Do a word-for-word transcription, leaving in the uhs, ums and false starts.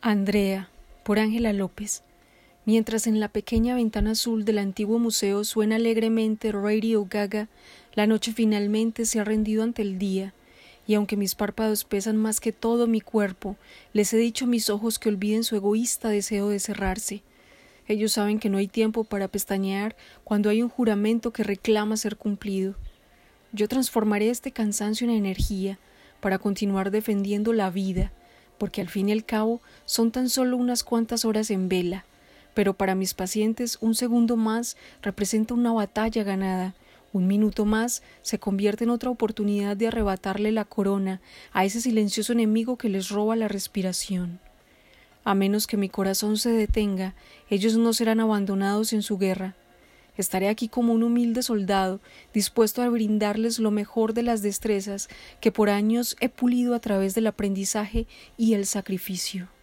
Andrea, por Ángela López. Mientras en la pequeña ventana azul del antiguo museo suena alegremente Radio Gaga, la noche finalmente se ha rendido ante el día, y aunque mis párpados pesan más que todo mi cuerpo, les he dicho a mis ojos que olviden su egoísta deseo de cerrarse. Ellos saben que no hay tiempo para pestañear cuando hay un juramento que reclama ser cumplido. Yo transformaré este cansancio en energía para continuar defendiendo la vida, porque al fin y al cabo son tan solo unas cuantas horas en vela, pero para mis pacientes un segundo más representa una batalla ganada, un minuto más se convierte en otra oportunidad de arrebatarle la corona a ese silencioso enemigo que les roba la respiración. A menos que mi corazón se detenga, ellos no serán abandonados en su guerra. Estaré aquí como un humilde soldado, dispuesto a brindarles lo mejor de las destrezas que por años he pulido a través del aprendizaje y el sacrificio.